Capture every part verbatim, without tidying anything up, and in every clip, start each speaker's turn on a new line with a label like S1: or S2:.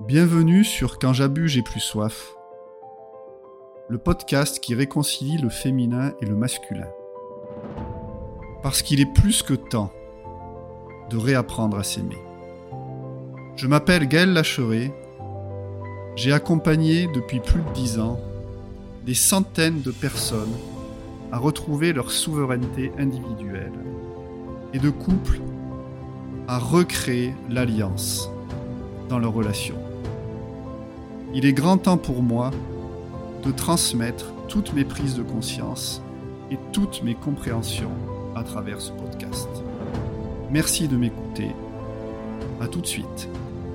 S1: Bienvenue sur Quand j'abuse, j'ai plus soif, le podcast qui réconcilie le féminin et le masculin. Parce qu'il est plus que temps de réapprendre à s'aimer. Je m'appelle Gaël Lacheret, j'ai accompagné depuis plus de dix ans des centaines de personnes à retrouver leur souveraineté individuelle et de couples à recréer l'alliance dans leurs relations. Il est grand temps pour moi de transmettre toutes mes prises de conscience et toutes mes compréhensions à travers ce podcast. Merci de m'écouter. À tout de suite.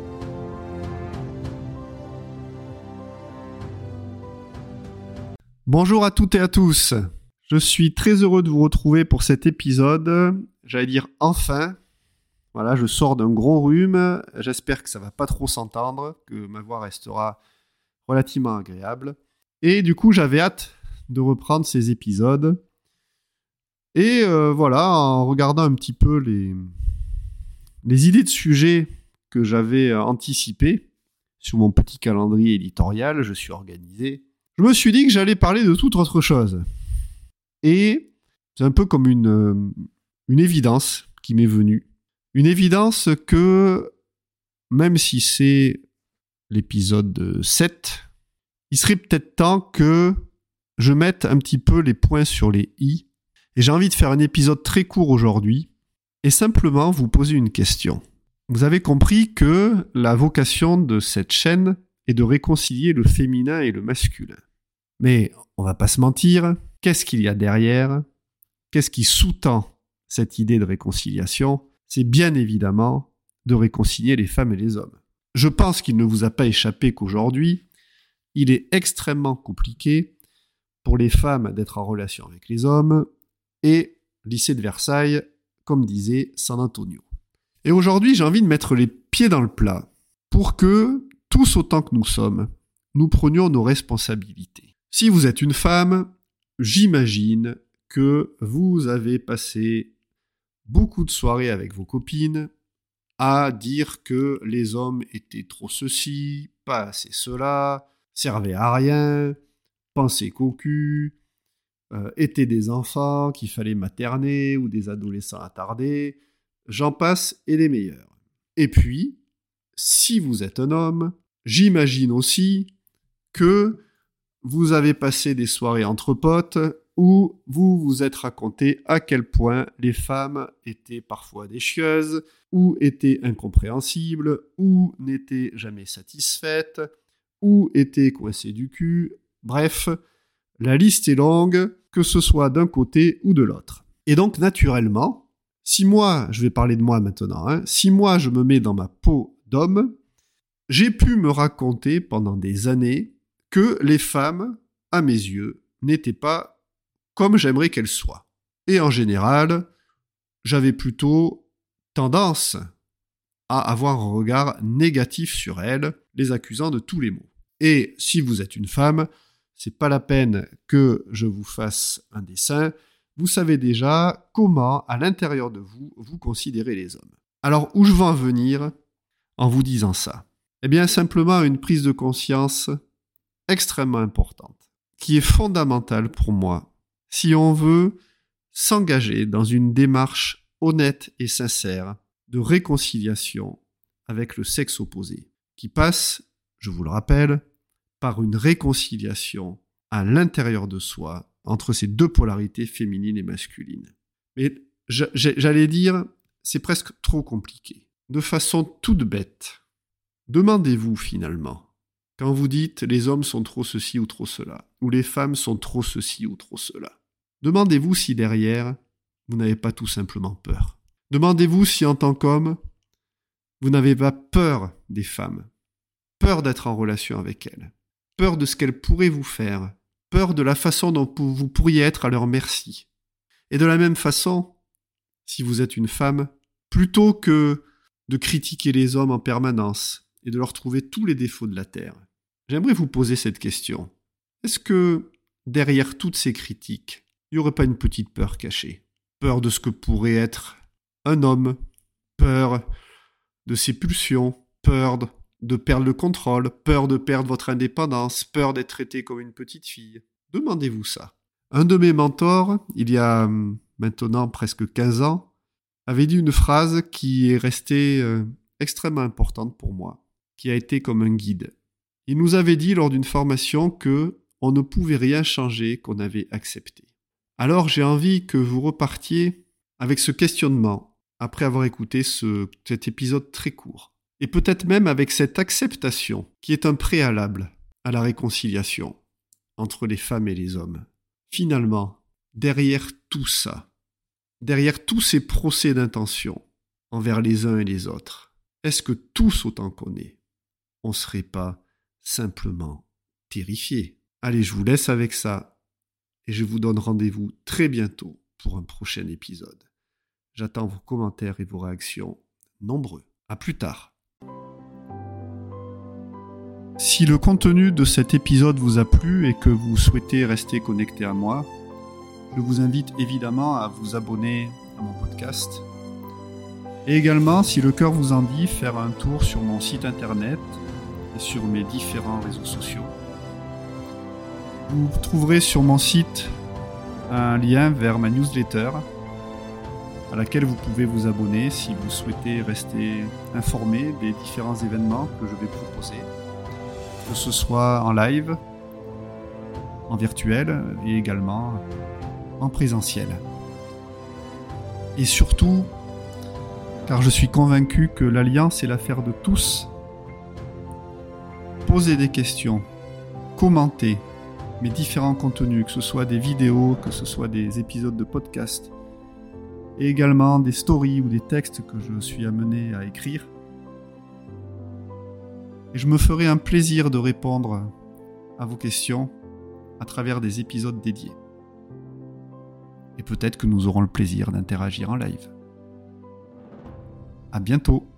S1: Bonjour à toutes et à tous. Je suis très heureux de vous retrouver pour cet épisode. J'allais dire enfin. Voilà, je sors d'un gros rhume. J'espère que ça va pas trop s'entendre, que ma voix restera relativement agréable. Et du coup, j'avais hâte de reprendre ces épisodes. Et euh, voilà, en regardant un petit peu les, les idées de sujets que j'avais anticipées sur mon petit calendrier éditorial, je suis organisé. Je me suis dit que j'allais parler de toute autre chose. Et c'est un peu comme une, une évidence qui m'est venue. Une évidence que, même si c'est l'épisode sept, il serait peut-être temps que je mette un petit peu les points sur les i. Et j'ai envie de faire un épisode très court aujourd'hui et simplement vous poser une question. Vous avez compris que la vocation de cette chaîne est de réconcilier le féminin et le masculin. Mais on va pas se mentir, qu'est-ce qu'il y a derrière ? Qu'est-ce qui sous-tend cette idée de réconciliation ? C'est bien évidemment de réconcilier les femmes et les hommes. Je pense qu'il ne vous a pas échappé qu'aujourd'hui, il est extrêmement compliqué pour les femmes d'être en relation avec les hommes et lycée de Versailles, comme disait San Antonio. Et aujourd'hui, j'ai envie de mettre les pieds dans le plat pour que, tous autant que nous sommes, nous prenions nos responsabilités. Si vous êtes une femme, j'imagine que vous avez passé beaucoup de soirées avec vos copines à dire que les hommes étaient trop ceci, pas assez cela, servaient à rien, pensaient qu'au cul, euh, étaient des enfants qu'il fallait materner ou des adolescents attardés, j'en passe et les meilleurs. Et puis, si vous êtes un homme, j'imagine aussi que vous avez passé des soirées entre potes où vous vous êtes raconté à quel point les femmes étaient parfois des chieuses, ou étaient incompréhensibles, ou n'étaient jamais satisfaites, ou étaient coincées du cul. Bref, la liste est longue, que ce soit d'un côté ou de l'autre. Et donc, naturellement, si moi, je vais parler de moi maintenant, hein, si moi je me mets dans ma peau d'homme, j'ai pu me raconter pendant des années que les femmes, à mes yeux, n'étaient pas comme j'aimerais qu'elles soient. Et en général, j'avais plutôt tendance à avoir un regard négatif sur elles, les accusant de tous les maux. Et si vous êtes une femme, c'est pas la peine que je vous fasse un dessin, vous savez déjà comment, à l'intérieur de vous, vous considérez les hommes. Alors, où je veux en venir en vous disant ça ? Eh bien, simplement une prise de conscience extrêmement importante, qui est fondamentale pour moi, si on veut s'engager dans une démarche honnête et sincère de réconciliation avec le sexe opposé, qui passe, je vous le rappelle, par une réconciliation à l'intérieur de soi entre ces deux polarités féminines et masculines. Mais j'allais dire, c'est presque trop compliqué. De façon toute bête, demandez-vous finalement, quand vous dites les hommes sont trop ceci ou trop cela, ou les femmes sont trop ceci ou trop cela, demandez-vous si derrière, vous n'avez pas tout simplement peur. Demandez-vous si en tant qu'homme, vous n'avez pas peur des femmes, peur d'être en relation avec elles, peur de ce qu'elles pourraient vous faire, peur de la façon dont vous pourriez être à leur merci. Et de la même façon, si vous êtes une femme, plutôt que de critiquer les hommes en permanence et de leur trouver tous les défauts de la terre, j'aimerais vous poser cette question. Est-ce que, derrière toutes ces critiques, il n'y aurait pas une petite peur cachée ? Peur de ce que pourrait être un homme, peur de ses pulsions, peur de perdre le contrôle, peur de perdre votre indépendance, peur d'être traité comme une petite fille. Demandez-vous ça. Un de mes mentors, il y a maintenant presque quinze ans, avait dit une phrase qui est restée euh, extrêmement importante pour moi, qui a été comme un guide. Il nous avait dit lors d'une formation que on ne pouvait rien changer qu'on avait accepté. Alors j'ai envie que vous repartiez avec ce questionnement après avoir écouté ce, cet épisode très court. Et peut-être même avec cette acceptation qui est un préalable à la réconciliation entre les femmes et les hommes. Finalement, derrière tout ça, derrière tous ces procès d'intention envers les uns et les autres, est-ce que tous autant qu'on est, on ne serait pas simplement terrifiés? Allez, je vous laisse avec ça et je vous donne rendez-vous très bientôt pour un prochain épisode. J'attends vos commentaires et vos réactions nombreux. À plus tard. Si le contenu de cet épisode vous a plu et que vous souhaitez rester connecté à moi, je vous invite évidemment à vous abonner à mon podcast. Et également, si le cœur vous en dit, faire un tour sur mon site internet et sur mes différents réseaux sociaux. Vous trouverez sur mon site un lien vers ma newsletter à laquelle vous pouvez vous abonner si vous souhaitez rester informé des différents événements que je vais proposer, que ce soit en live, en virtuel et également en présentiel. Et surtout, car je suis convaincu que l'Alliance est l'affaire de tous, posez des questions, commentez mes différents contenus, que ce soit des vidéos, que ce soit des épisodes de podcast, et également des stories ou des textes que je suis amené à écrire. Et je me ferai un plaisir de répondre à vos questions à travers des épisodes dédiés. Et peut-être que nous aurons le plaisir d'interagir en live. À bientôt!